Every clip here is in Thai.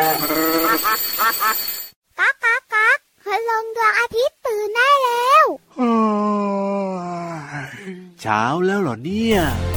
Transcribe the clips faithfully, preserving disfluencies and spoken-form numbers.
ก๊ากก๊ากก๊ากคืนลงดวงอาทิตย์ตื่นได้แล้วเช้าแล้วเหรอเนี่ย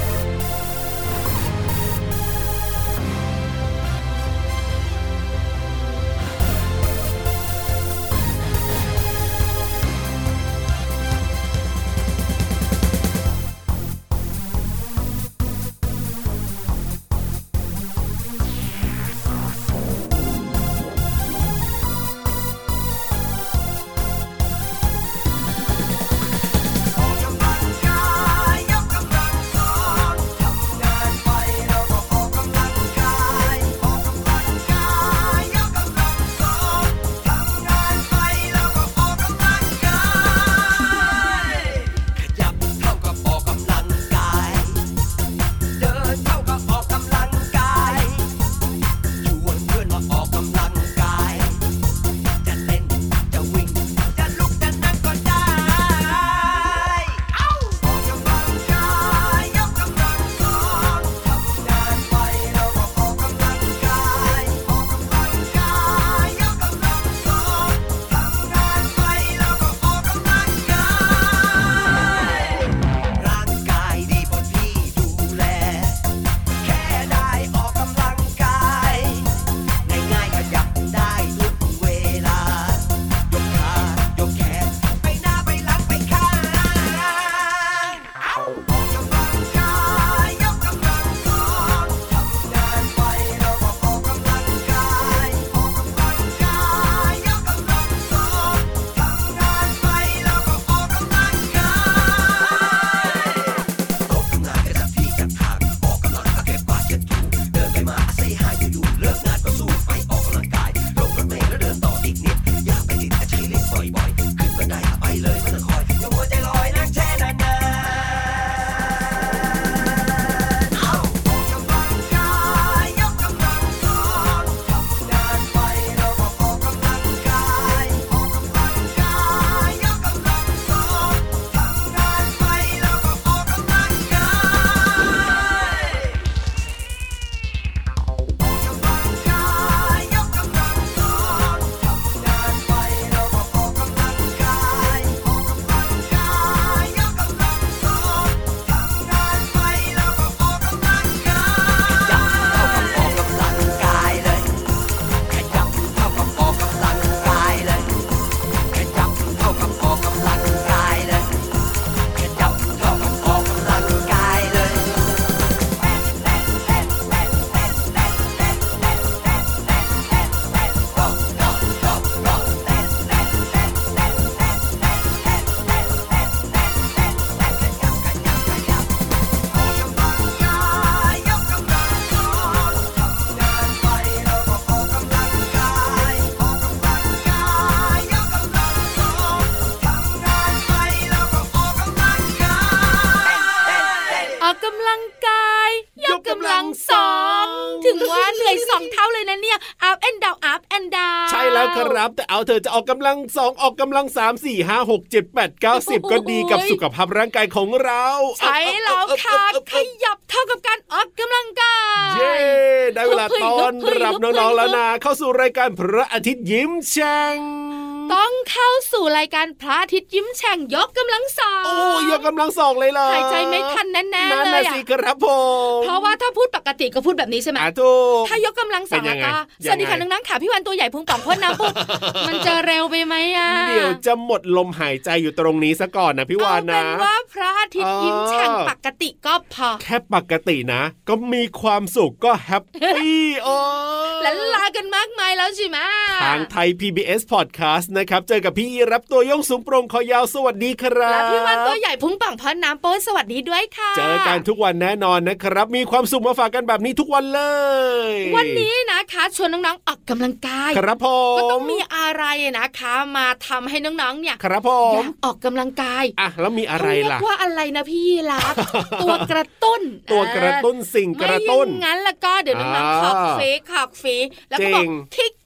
ครับแต่เอาเธอจะออกกำลังสองออกกำลังสามสี่ห้าหกเจ็ดแปดเก้าสิบก็ดีกับสุขภาพร่างกายของเราใช่แล้วค่ะขยับเท่ากับการออกกำลังกายเย้ได้เวลาต้อนรับน้องๆแล้วนะเข้าสู่รายการพระอาทิตย์ยิ้มแฉ่งต้องเข้าสู่รายการพระอาทิตย์ยิ้มแฉ่งยกกำลังสองโอ้ยกกำลังสองเลยล่ะหายใจไม่ทันแน่ๆเลยนั่นน่ะสิครับผมเพราะว่าถ้าพูดปกติก็พูดแบบนี้ใช่ไหมถูกถ้ายกกำลังสองแล้วก็สวัสดีค่ะน้องๆค่ะพี่วันตัวใหญ่พุงป่องพ่นน้ำปุ๊บมันจะเร็วไปไหมอ่ะเดี๋ยวจะหมดลมหายใจอยู่ตรงนี้ซะก่อนนะพี่วานนะเอาเป็นว่าพระอาทิตย์ยิ้มแฉ่งปกติก็พอแค่ปกตินะก็มีความสุขก็แฮปปี้โอ้และลากันมากมายแล้วใช่ไหมทางไทย พี บี เอส Podcast นะครับเจอกับพี่รับตัวโยงสูงโปร่งคอยาวสวัสดีครับและพี่วันตัวใหญ่พุงป่องพ่นน้ำโป๊สวัสดีด้วยค่ะเจอกันทุกวันแน่นอนนะครับมีความสุขมาฝากกันแบบนี้ทุกวันเลยวันนี้นะคะชวนน้องๆออกกำลังกายครับผมก็ต้องมีอะไรนะคะมาทำให้น้องๆเนี่ยครับผมอยากออกกำลังกายอ่ะแล้วมีอะไรล่ะเรียกว่าอะไรนะพี่รับ ตัวกระตุ้นตัวกระตุ้นสิ่งกระตุ้นไม่อย่างนั้นแล้วก็เดี๋ยวน้องๆขอกฟีขอกฟีแล้วก็บอกขี้เ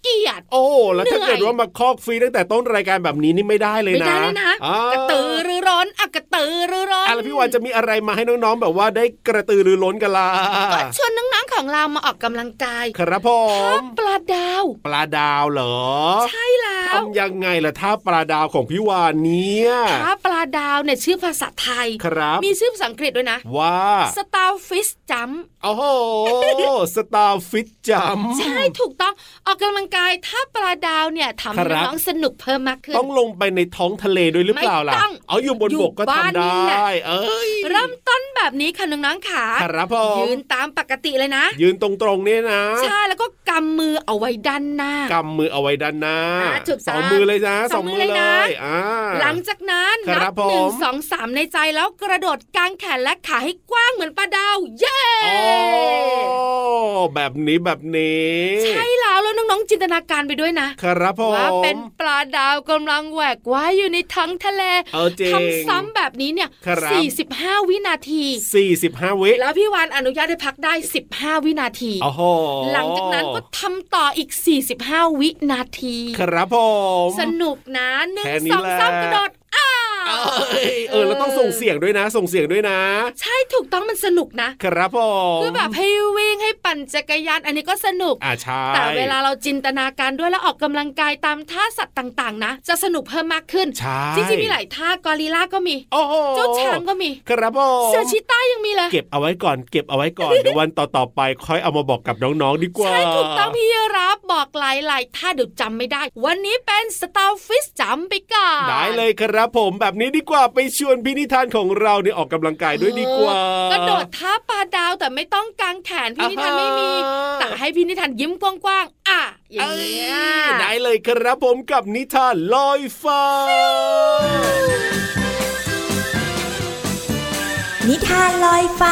เกียจโอ้แล้วถ้าเกิดว่ามาคอกฟรีตั้งแต่ต้นรายการแบบนี้นี่ไม่ได้เลยนะไม่ได้เลยนะกระตือรือร้นอะกระตือรือร้นอะไรพี่วานจะมีอะไรมาให้น้องๆแบบว่าได้กระตือรือร้นกันล่ะก็ชวนน้องๆของเรามาออกกำลังกายครับผมปลาดาวปลาดาวเหรอใช่แล้วทำยังไงล่ะถ้าปลาดาวของพี่วานเนี่ยถ้าปลาดาวเนี่ยชื่อภาษาไทยครับมีชื่อภาษาอังกฤษด้วยนะว่า Starfish Jump โอ้โห Starfish Jump ใช่ถูกต้องออกกำลังกายถ้าปลาดาวเนี่ยทำให้น้องสนุกเพิ่มมากขึ้นต้องลงไปในท้องทะเลด้วยหรือเปล่าล่ะเอาอยู่บนบกก็ทำได้เอ้ยเริ่มต้นแบบนี้ค่ะน้องๆขาครับผมยืนตามปกติเลยนะยืนตรงๆนี่นะใช่แล้วก็กำมือเอาไว้ด้านหน้ากำมือเอาไว้ด้านหน้าสองมือเลยนะสองมือเลยหลังจากนั้นนับหนึ่งสองสามในใจแล้วกระโดดกางแขนและขาให้กว้างเหมือนปลาดาวเย้แบบนี้แบบนี้ใช่แล้วแล้วน้องๆจินตนาการไปด้วยนะครับผมว่าเป็นปลาดาวกำลังแหวกว่ายอยู่ในท้องทะเลทำซ้ำแบบนี้เนี่ยสี่สิบห้าวินาทีสี่สิบห้าวิแล้วพี่วานอนุญาตให้พักได้สิบห้าวินาทีหลังจากนั้นก็ทำต่ออีกสี่สิบห้าวินาทีครับผมสนุกนะหนึ่งสองสามกระโดดเออแล้วต้องส่งเสียงด้วยนะส่งเสียงด้วยนะใช่ถูกต้องมันสนุกนะครับผมคือแบบให้วิ่งให้ปั่นจักรยานอันนี้ก็สนุกอ่าใช่แต่เวลาเราจินตนาการด้วยแล้วออกกำลังกายตามท่าสัตว์ต่างๆนะจะสนุกเพิ่มมากขึ้นจริงๆมีหลายท่ากอริลลาก็มีเจ้าช้างก็มีครับผมเสือชีต้ายังมีเลยเก็บเอาไว้ก่อนเก็บเอาไว้ก่อนเดี๋ยววันต่อๆไปค่อยเอามาบอกกับน้องๆดีกว่าใช่ถูกต้องพี่รับบอกหลายๆท่าเดี๋ยวจำไม่ได้วันนี้เป็น Starfish Jump ไปก่อนได้เลยครับผมแบบนี้ดีกว่าไปชวนพี่นิทานของเราเนี่ยออกกำลังกายด้วยดีกว่ากระโดดท่าปลาดาวแต่ไม่ต้องกางแขนพี่นิทานไม่มีแต่ให้พี่นิทานยิ้มกว้างๆอ่ะอย่างนี้ได้เลยครับผมกับนิทานลอยฟ้านิทานลอยฟ้า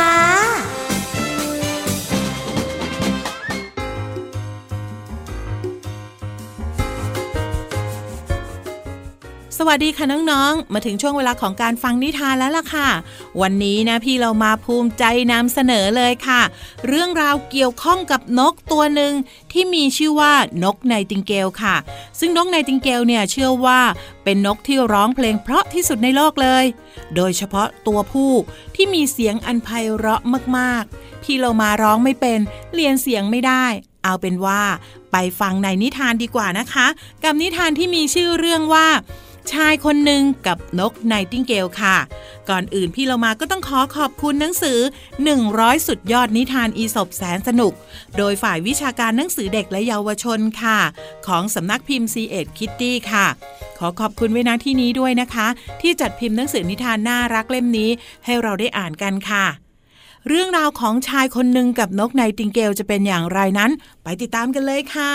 สวัสดีค่ะน้องๆมาถึงช่วงเวลาของการฟังนิทานแล้วล่ะค่ะวันนี้นะพี่เรามาภูมิใจนำเสนอเลยค่ะเรื่องราวเกี่ยวข้องกับนกตัวหนึ่งที่มีชื่อว่านกไนติงเกลค่ะซึ่งนกไนติงเกลเนี่ยเชื่อว่าเป็นนกที่ร้องเพลงเพราะที่สุดในโลกเลยโดยเฉพาะตัวผู้ที่มีเสียงอันไพเราะมากๆพี่เรามาร้องไม่เป็นเรียนเสียงไม่ได้เอาเป็นว่าไปฟังในนิทานดีกว่านะคะกับนิทานที่มีชื่อเรื่องว่าชายคนหนึ่งกับนกไนติงเกลค่ะก่อนอื่นพี่เรามาก็ต้องขอขอบคุณหนังสือหนึ่งร้อยสุดยอดนิทานอีสปแสนสนุกโดยฝ่ายวิชาการหนังสือเด็กและเยาวชนค่ะของสำนักพิมพ์ ซี เอ็ด Kitty ค่ะขอขอบคุณไว้ณที่นี้ด้วยนะคะที่จัดพิมพ์หนังสือนิทานน่ารักเล่มนี้ให้เราได้อ่านกันค่ะเรื่องราวของชายคนหนึ่งกับนกไนติงเกลจะเป็นอย่างไรนั้นไปติดตามกันเลยค่ะ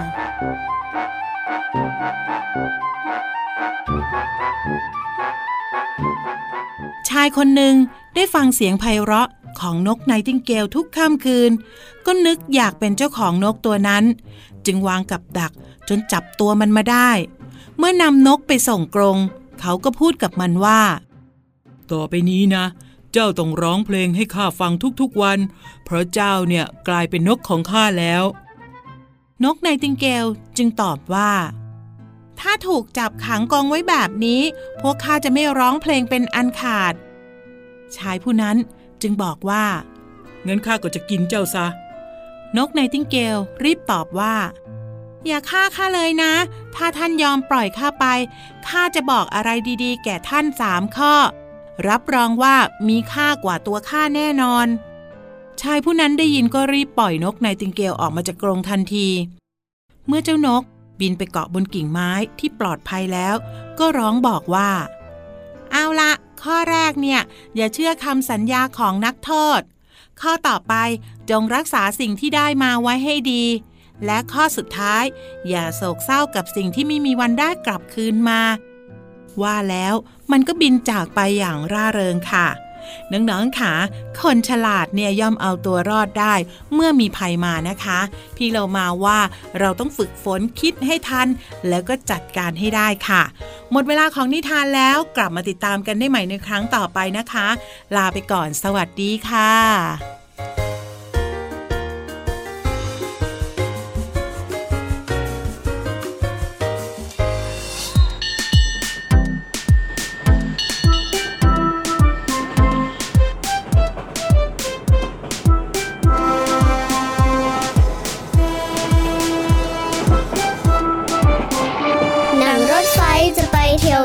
ชายคนหนึ่งได้ฟังเสียงไพเราะของนกไนติงเกลทุกค่ำคืนก็นึกอยากเป็นเจ้าของนกตัวนั้นจึงวางกับดักจนจับตัวมันมาได้เมื่อนำนกไปส่งกรงเขาก็พูดกับมันว่าต่อไปนี้นะเจ้าต้องร้องเพลงให้ข้าฟังทุกๆวันเพราะเจ้าเนี่ยกลายเป็นนกของข้าแล้วนกไนติงเกลจึงตอบว่าถ้าถูกจับขังกรงไว้แบบนี้พวกข้าจะไม่ร้องเพลงเป็นอันขาดชายผู้นั้นจึงบอกว่างั้นข้าก็จะกินเจ้าซะนกไนติงเกลรีบตอบว่าอย่าฆ่าข้าเลยนะถ้าท่านยอมปล่อยข้าไปข้าจะบอกอะไรดีๆแก่ท่านสามข้อรับรองว่ามีค่ากว่าตัวข้าแน่นอนชายผู้นั้นได้ยินก็รีบปล่อยนกไนติงเกลออกมาจากกรงทันทีเมื่อเจ้านกบินไปเกาะบนกิ่งไม้ที่ปลอดภัยแล้วก็ร้องบอกว่าเอาละข้อแรกเนี่ยอย่าเชื่อคำสัญญาของนักโทษข้อต่อไปจงรักษาสิ่งที่ได้มาไว้ให้ดีและข้อสุดท้ายอย่าโศกเศร้ากับสิ่งที่ไม่มีวันได้กลับคืนมาว่าแล้วมันก็บินจากไปอย่างร่าเริงค่ะน้องๆค่ะคนฉลาดเนี่ยย่อมเอาตัวรอดได้เมื่อมีภัยมานะคะพี่เรามาว่าเราต้องฝึกฝนคิดให้ทันแล้วก็จัดการให้ได้ค่ะหมดเวลาของนิทานแล้วกลับมาติดตามกันได้ใหม่ในครั้งต่อไปนะคะลาไปก่อนสวัสดีค่ะ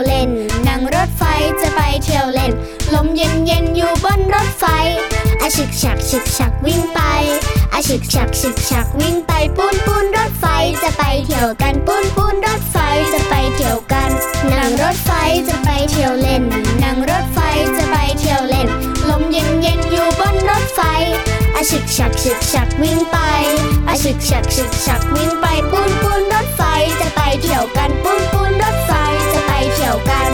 เล่นนั่งรถไฟจะไปเที่ยวเล่นลมเย็นเย็นอยู่บนรถไฟอาฉึกฉักฉึกฉักวิ่งไปอาฉึกฉักฉึกฉักวิ่งไปปูนปูนรถไฟจะไปเที่ยวกันปูนปูนรถไฟจะไปเที่ยวกันนั่งรถไฟจะไปเที่ยวเล่นนั่งรถไฟจะไปเที่ยวเล่นลมเย็นเย็นอยู่บนรถไฟอาฉึกฉักฉึกฉักวิ่งไปอาฉึกฉักฉึกฉักวิ่งไปปูนปูนรถไฟจะไปเที่ยวกันปูนปูนรถไฟจะไปเที่ยวกัน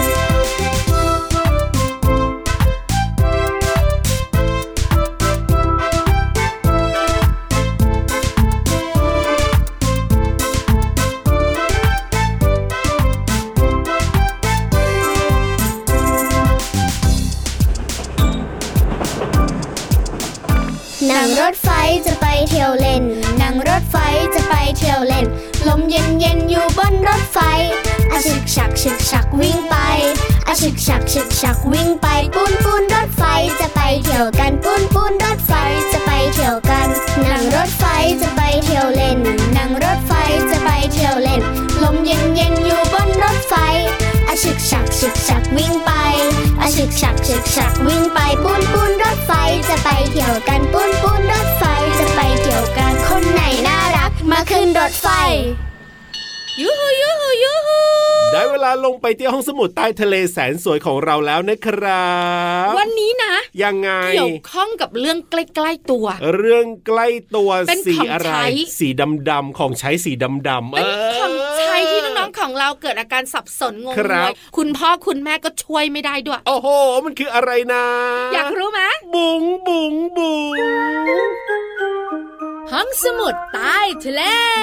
นั่งรถไฟจะไปเที่ยวเล่นนั่งรถไฟจะไปเที่ยวเล่นลมเย็นเย็นอยู่บนรถไฟอาฉึกฉักฉึกฉักวิ่งไปอาฉึกฉักฉึกฉักวิ่งไปปูนปูนรถไฟจะไปเที่ยวกันปูนปูนรถไฟจะไปเที่ยวกันนั่งรถไฟจะไปเที่ยวเล่นนั่งรถไฟจะไปเที่ยวเล่นลมเย็นเย็นอยู่บนรถไฟอาฉึกฉักฉึกฉักวิ่งไปอาฉึกฉักฉึกฉักวิ่งไปปูนปูนรถไฟจะไปเที่ยวกันปูนปูนรถไฟจะไปเที่ยวกันคนไหนน่ารักมาขึ้นรถไฟยูฮูยูฮูยูฮูได้เวลาลงไปที่ห้องสมุดใต้ทะเลแสนสวยของเราแล้วนะครับวันนี้นะยังไงเกี่ยวข้องกับเรื่องใกล้ๆตัวเรื่องใกล้ตัวสีอะไรสีดำๆของใช้สีดำๆเป็นของใช้ที่น้องๆของเราเกิดอาการสับสนงงงวยคุณพ่อคุณแม่ก็ช่วยไม่ได้ด้วยโอ้โหมันคืออะไรนะอยากรู้ไหมบุ๋งบุ๋งบุ๋งห้องสมุดใต้ทะเล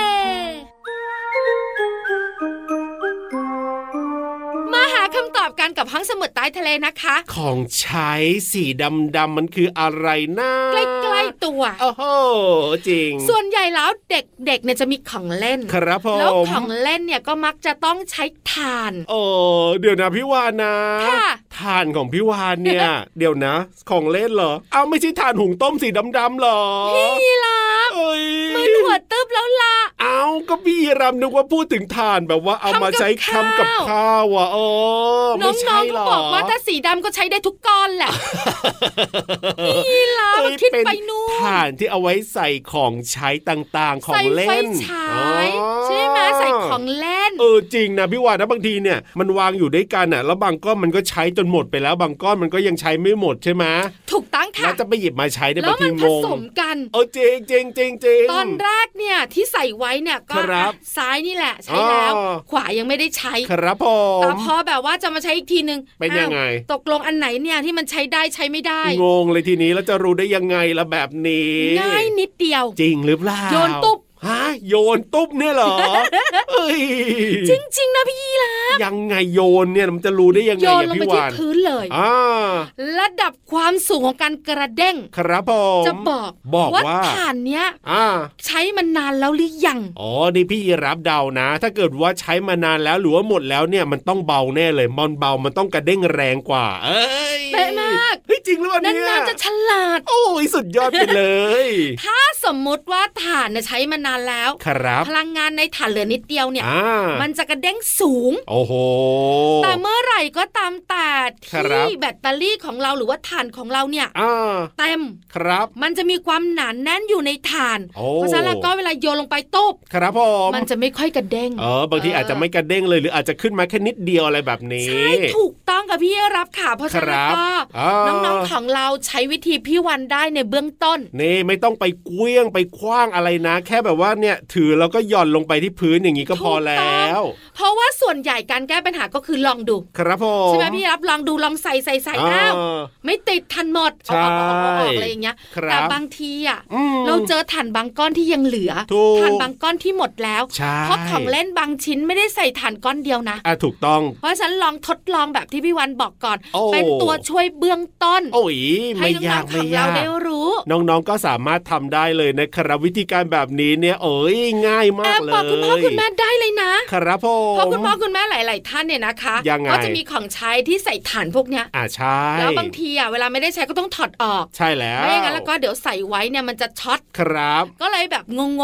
มาหาคำตอบกันกับห้องสมุดใต้ทะเลนะคะของใช้สีดำๆมันคืออะไรนะใกล้ๆตัวโอ้โหจริงส่วนใหญ่แล้วเด็กๆเนี่ยจะมีของเล่นครับผมแล้วของเล่นเนี่ยก็มักจะต้องใช้ถ่านโอ้เดี๋ยวนะพี่วานนะถ่านของพี่วานเนี่ย เดี๋ยวนะของเล่นเหรอเอาไม่ใช่ถ่านหุงต้มสีดำๆหรอพี่ล่ะมันหัวตึ๊บแล้วล่ะเอาก็พี่รำนึกว่าพูดถึงถ่านแบบว่าเอามาใช้ทำกับข้าวอ่ะเออไม่ใช่หรอน้องๆบอกว่าถ้าสีดำก็ใช้ได้ทุกก้อนแหละพี่ล่ะคิดไปนู่นถ่านที่เอาไว้ใส่ของใช้ต่างๆของเล่นใส่ไฟฉายใช่ไหมใส่ของเล่นเออจริงนะพี่วานนะบางทีเนี่ยมันวางอยู่ด้วยกันอ่ะแล้วบางก้อนมันก็ใช้จนหมดไปแล้วบางก้อนมันก็ยังใช้ไม่หมดใช่ไหมถูกต้องค่ะแล้วจะไปหยิบมาใช้ในบางทีงงแล้วมันผสมกันเออจริงจริงจริงจริงตอนแรกเนี่ยที่ใส่ไว้เนี่ยก็ซ้ายนี่แหละใช้แล้วขวายังไม่ได้ใช้ครับผมแต่พอแบบว่าจะมาใช้อีกทีนึงเป็นยังไงตกลงอันไหนเนี่ยที่มันใช้ได้ใช้ไม่ได้งงเลยทีนี้แล้วจะรู้ได้ยังไงล่ะแบบนี้ง่ายนิดเดียวจริงหรือเปล่าโยนตุ๊บฮะโยนตุ๊บเนี่ยเหรอเอ้ยจริงๆนะพี่ล่ะยังไงโยนเนี่ยมันจะรู้ได้ยังไงอ่ะพี่วานโยนลงไปที่พื้นเลยอ่าระดับความสูงของการกระเด้งครับผมจะบอกบอกว่าถ่านเนี้ยใช้มานานแล้วหรือยังอ๋อนี่พี่รับเดานะถ้าเกิดว่าใช้มานานแล้วหรือว่าหมดแล้วเนี่ยมันต้องเบาแน่เลยมันเบามันต้องกระเด้งแรงกว่าเอ้ยเป๊ะมากเฮ้ยจริงหรือเปล่าเนี่ยนานๆจะฉลาดโอ้ยสุดยอดไปเลยถ้าสมมติว่าถ่านเนี่ยใช้มานานแล้วพลังงานในถ่านเหลือนิดเดียวเนี่ยมันจะกระเด้งสูงโอ้โหแต่เมื่อไหร่ก็ตามแต่ที่แบตเตอรี่ของเราหรือว่าถ่านของเราเนี่ยเต็มครับมันจะมีความหนาแน่นอยู่ในถ่านเพราะฉะนั้นก็เวลาโยนลงไปตุ๊บครับผมมันจะไม่ค่อยกระเด้งเออบางทีอาจจะไม่กระเด้งเลยหรืออาจจะขึ้นมาแค่นิดเดียวอะไรแบบนี้ใช่ถูกต้องกับพี่รับค่ะเพราะฉะนั้นก็น้องๆของเราใช้วิธีพี่วันได้ในเบื้องต้นนี่ไม่ต้องไปเกลี้ยงไปคว้างอะไรนะแค่แบบว่าเนี่ยถือแล้วก็หย่อนลงไปที่พื้นอย่างนี้ก็พอแล้วเพราะว่าส่วนใหญ่การแก้ปัญหาก็คือลองดูครับผมใช่ไหมพี่รับลองดูลองใส่ใส่ใส่อ้าวไม่ติดทันหมดออกออกออกอะไรอย่างเงี้ยแต่บางทีอ่ะเราเจอถ่านบางก้อนที่ยังเหลือถ่านบางก้อนที่หมดแล้วเพราะของเล่นบางชิ้นไม่ได้ใส่ถ่านก้อนเดียวนะอ่ะถูกต้องเพราะฉันลองทดลองแบบที่พี่วันบอกก่อนเป็นตัวช่วยเบื้องต้นโอ้ยไม่ยากไม่ยากเราได้รู้น้องๆก็สามารถทำได้เลยนะครับวิธีการแบบนี้เนี่ยเอ้ยง่ายมากเลยบอกคุณพ่อคุณแม่ได้เลยนะครับผมเพราะคุณพ่อคุณแม่หลายๆท่านเนี่ยนะคะก็จะมีของใช้ที่ใส่ถ่านพวกเนี้ยอ่าใช่แล้วบางทีอ่ะเวลาไม่ได้ใช้ก็ต้องถอดออกใช่แล้วไม่อย่างนั้นแล้วก็เดี๋ยวใส่ไว้เนี่ยมันจะช็อตครับก็เลยแบบงงๆว่า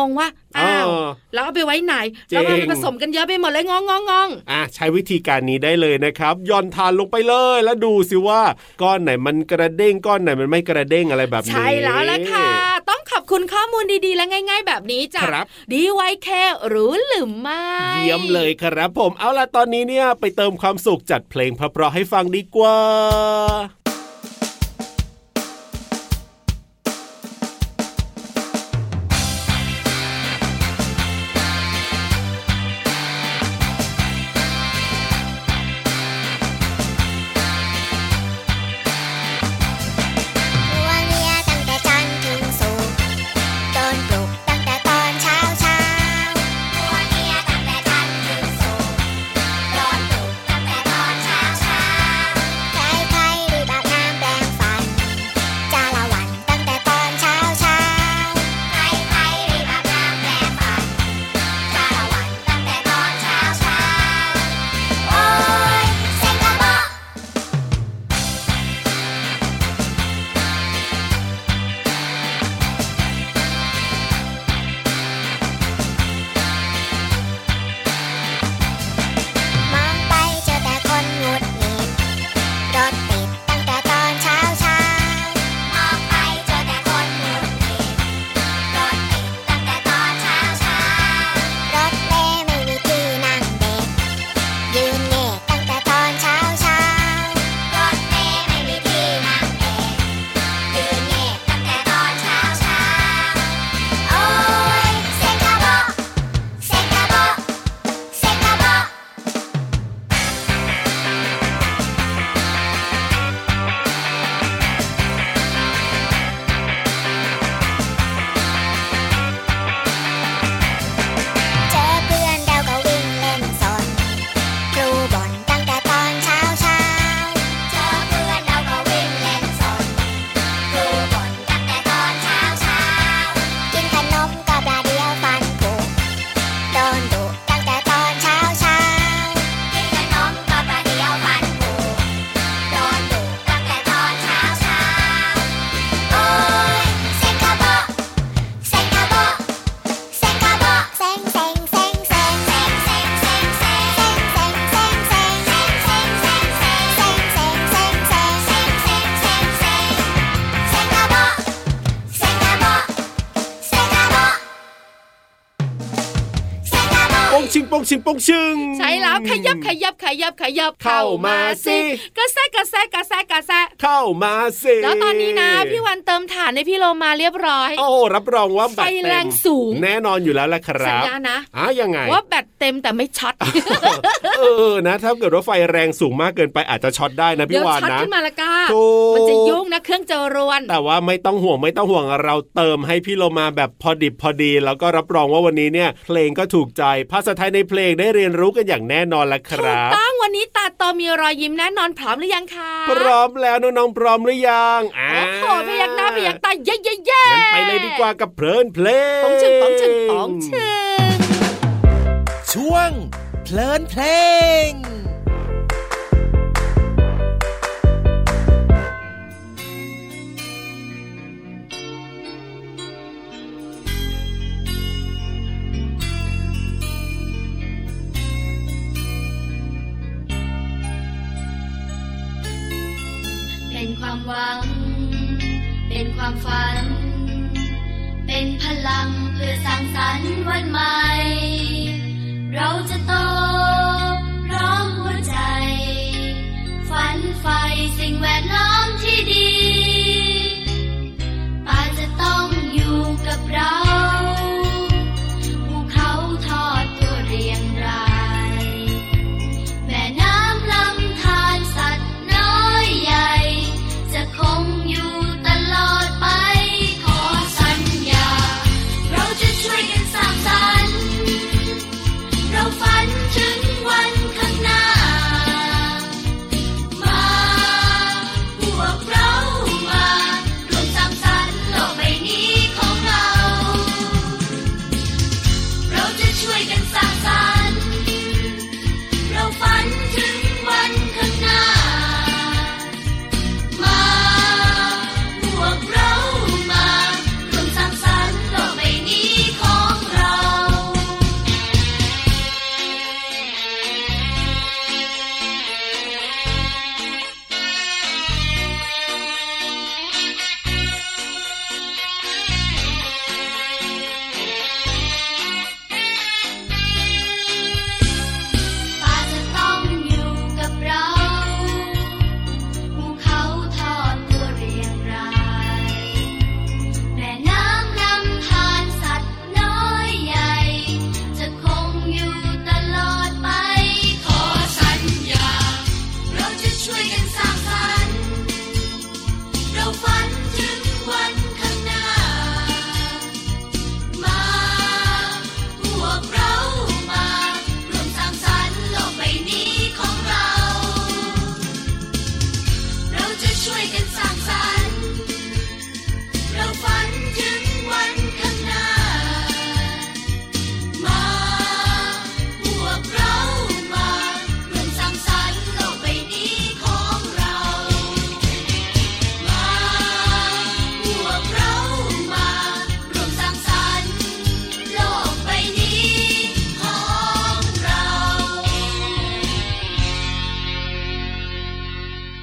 อ้าวแล้วเอาไปไว้ไหนแล้วมันผสมกันเยอะไปหมดเลยงองงองอ่ะใช้วิธีการนี้ได้เลยนะครับย่อนทานลงไปเลยแล้วดูสิว่าก้อนไหนมันกระเด้งก้อนไหนมันไม่กระเด้งอะไรแบบนี้ใช่แล้วล่ะค่ะต้องขอบคุณข้อมูลดีๆและง่ายๆแบบนี้จ้ะดีไว้แค่รู้หรือไม่เยี่ยมเลยครับผมเอาล่ะตอนนี้เนี่ยไปเติมความสุขจัดเพลงเพราะๆให้ฟังดีกว่าชิงปงชิงปงชิงใช่แล้วขยับขยับขยับขยับเข้ามาสิกระแซกระแซกระแซกระแซเข้ามาสิแล้วตอนนี้นะพี่วันเติมถ่านให้พี่โลมาเรียบร้อยโอ้รับรองว่าแบตเต็มไฟแรงสูงแน่นอนอยู่แล้วล่ะครับสัญญานะอ่ะยังไงว่าแบตเต็มแต่ไม่ช็อตเออนะถ้าเกิดว่าไฟแรงสูงมากเกินไปอาจจะช็อตได้นะพี่วานนะเดี๋ยวช็อตขึ้นมาละก้ามันจะยุ่งนะเครื่องจะรวนแต่ว่าไม่ต้องห่วงไม่ต้องห่วงเราเติมให้พี่โลมาแบบพอดิบพอดีแล้วก็รับรองว่าวันนี้เนี่ยเพลงก็ถูกใจภาษาไทยในเพลงได้เรียนรู้กันอย่างแน่นอนละครับถูกต้องวันนี้ตาโตมีรอยยิ้มแน่นอนพร้อมหรือยังคะพร้อมแล้วน้องๆพร้อมหรือยังโอ้โหพยักหน้าพยักตาเย้เย้เย้งั้นไปเลยดีกว่ากับเพลินเพลงต้องชึงต้องชึงต้องชึงช่วงเพลินเพลงเป็นความหวังเป็นความฝันเป็นพลังเพื่อสร้างสรรค์วันใหม่เราจะโตพร้อมหัวใจฝันใฝ่สิ่งแวดล้อมที่ดีป่าจะต้องอยู่กับเราภูเขาทอดตัวเรียงรายแม่น้ำลำธารสัตว์น้อยใหญ่จะคงอยู่ตลอดไปขอสัญญาเราจะช่วยกันสร้างสรรค์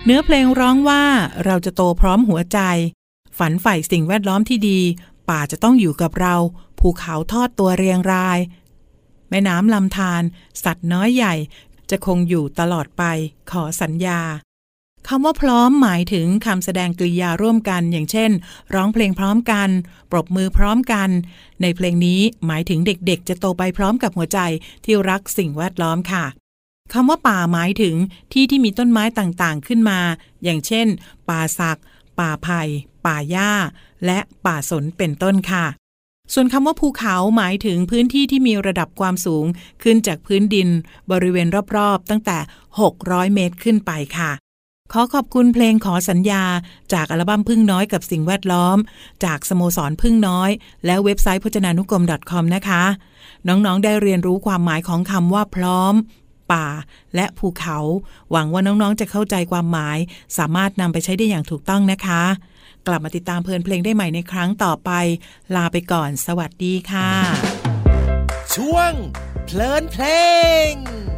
เนื้อเพลงร้องว่าเราจะโตพร้อมหัวใจฝันใฝ่สิ่งแวดล้อมที่ดีป่าจะต้องอยู่กับเราภูเขาทอดตัวเรียงรายแม่น้ำลำธารสัตว์น้อยใหญ่จะคงอยู่ตลอดไปขอสัญญาคำว่าพร้อมหมายถึงคำแสดงกริยาร่วมกันอย่างเช่นร้องเพลงพร้อมกันปรบมือพร้อมกันในเพลงนี้หมายถึงเด็กๆจะโตไปพร้อมกับหัวใจที่รักสิ่งแวดล้อมค่ะคำว่าป่าหมายถึงที่ที่มีต้นไม้ต่างๆขึ้นมาอย่างเช่นป่าสักป่าไผ่ป่าหญ้าและป่าสนเป็นต้นค่ะส่วนคำว่าภูเขาหมายถึงพื้นที่ที่มีระดับความสูงขึ้นจากพื้นดินบริเวณรอบๆตั้งแต่หกร้อยเมตรขึ้นไปค่ะขอขอบคุณเพลงขอสัญญาจากอัลบั้มพึ่งน้อยกับสิ่งแวดล้อมจากสโมสรพึ่งน้อยและเว็บไซต์พจนานุกรม .com นะคะน้องๆได้เรียนรู้ความหมายของคำว่าพร้อมป่าและภูเขาหวังว่าน้องๆจะเข้าใจความหมายสามารถนำไปใช้ได้อย่างถูกต้องนะคะกลับมาติดตามเพลินเพลงได้ใหม่ในครั้งต่อไปลาไปก่อนสวัสดีค่ะช่วงเพลินเพลง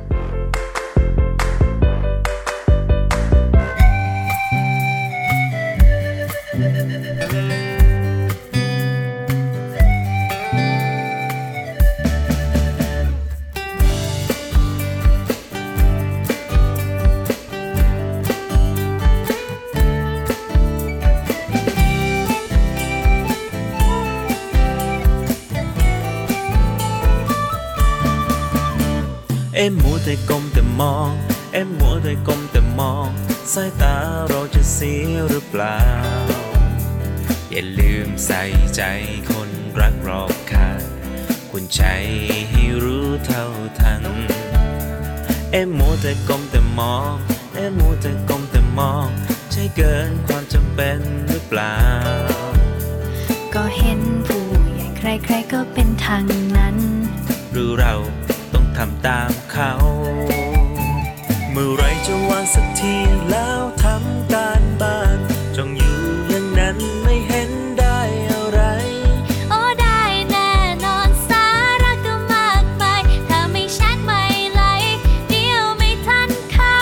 เอ็มมัวแต่ก้มแต่มองเอ็มมัวแต่ก้มแต่มองสายตาเราจะเสียหรือเปล่าอย่าลืมใส่ใจคนรักรอบข้างคุณใจให้รู้เท่าทันเอ็มมัวแต่ก้มแต่มองเอ็มมัวแต่ก้มแต่มองใช่เกินความจำเป็นหรือเปล่าก็เห็นผู้ใหญ่ใครๆก็เป็นทางนั้นหรือเราต้องทำตามเขาเมื่อไรจะวางสักทีแล้วทำการบ้านจ้องอยู่อย่างนั้นไม่เห็นได้อะไรโอ้ได้แน่นอนสาระก็มากมายถ้าไม่ชัดไม่ไหลเดี๋ยวไม่ทันเขา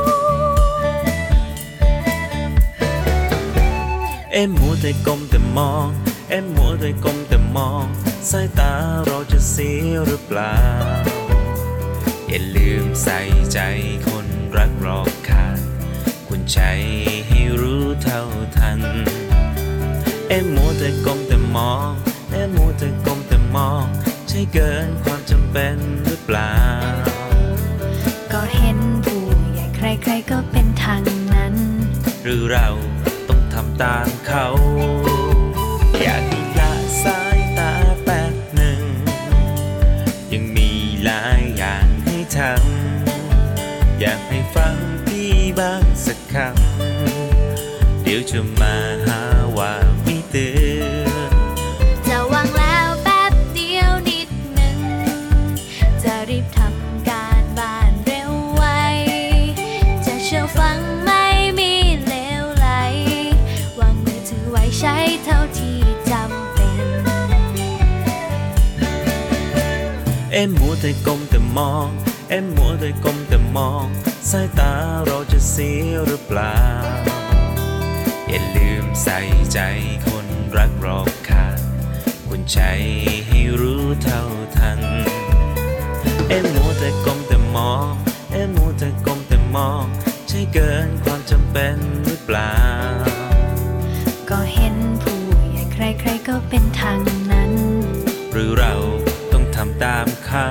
เอ็มมัวแต่ก้มแต่มองเอ็มมัวแต่ก้มแต่มองสายตาเราจะเสียหรือเปล่าอย่าลืมใส่ใจคนรักรอบข้างคุณใจให้รู้เท่าทันเอ็มมัวแต่ก้มแต่มองเอ็มมัวแต่ก้มแต่มองใช่เกินความจำเป็นหรือเปล่าก็เห็นผู้ใหญ่ใครๆก็เป็นทางนั้นหรือเราต้องทำตามเขาอยากให้ละสายตาแป๊บหนึ่งยังมีหลายอย่างให้ทำอยากให้ฟังพี่บ้างสักคำเดี๋ยวจะมาหาว่าไม่เตือนจะวางแล้วแป๊บเดียวนิดหนึ่งจะรีบทำการบ้านเร็วไวจะเชื่อฟังไม่มีเลวไหลวางมือถือไว้ใช้เท่าที่จำเป็นเอ็มมัวแต่ก้มแต่มองเอ็มมัวแต่ก้มแต่มองสายตาเราจะเสียหรือเปล่าอย่าลืมใส่ใจคนรักรอบข้างคุณใจให้รู้เท่าทันเอ็มมัวแต่ก้มแต่มองเอ็มมัวแต่ก้มแต่มองใช่เกินความจำเป็นหรือเปล่าก็เห็นผู้ใหญ่ใครๆก็เป็นทางนั้นหรือเราต้องทำตามเขา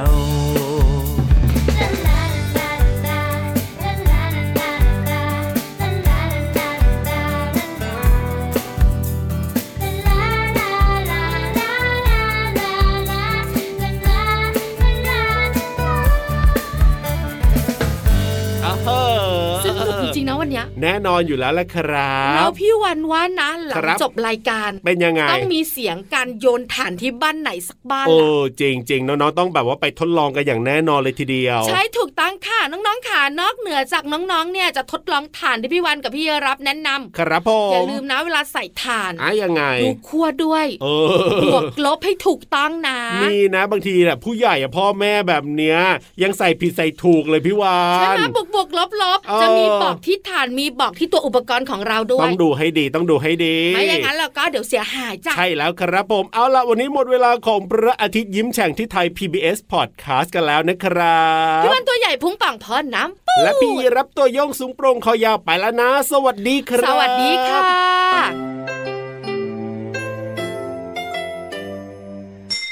จริงๆนะวันนี้แน่นอนอยู่แล้วแหละครับแล้วพี่วันว่านะหลังจบรายการเป็นยังไงต้องมีเสียงการโยนถ่านที่บ้านไหนสักบ้านโอ้จริงๆน้องๆต้องแบบว่าไปทดลองกันอย่างแน่นอนเลยทีเดียวใช่ถูกต้องต้องค่ะน้องๆค่ะนอกเหนือจากน้องๆเนี่ยจะทดลองถ่านที่พี่วันกับพี่รับแนะนำครับผมอย่าลืมนะเวลาใส่ถ่านอ่ะยังไงดูขั้วด้วยเออบวกลบให้ถูกต้องนะนี่นะบางทีแหละผู้ใหญ่พ่อแม่แบบเนี้ยยังใส่ผิดใส่ถูกเลยพี่วานใช่ไหมบวกบวกลบลบจะมีบอกที่ถ่านมีบอกที่ตัวอุปกรณ์ของเราด้วยต้องดูให้ดีต้องดูให้ดีไม่อย่างนั้นเราก็เดี๋ยวเสียหายจ้ะใช่แล้วครับผมเอาล่ะวันนี้หมดเวลาของพระอาทิตย์ยิ้มแฉ่งที่ไทย พี บี เอส Podcast กันแล้วนะครับพี่วันตัวใหญ่พุงป่องพอน้ำปูและพี่รับตัวโยงสูงโปร่งคอยาวไปแล้วนะสวัสดีครับสวัสดีค่ะ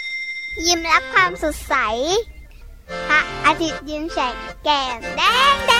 ยิ้มรับความสดใสพระอาทิตย์ยิ้มแฉกแก้มแดง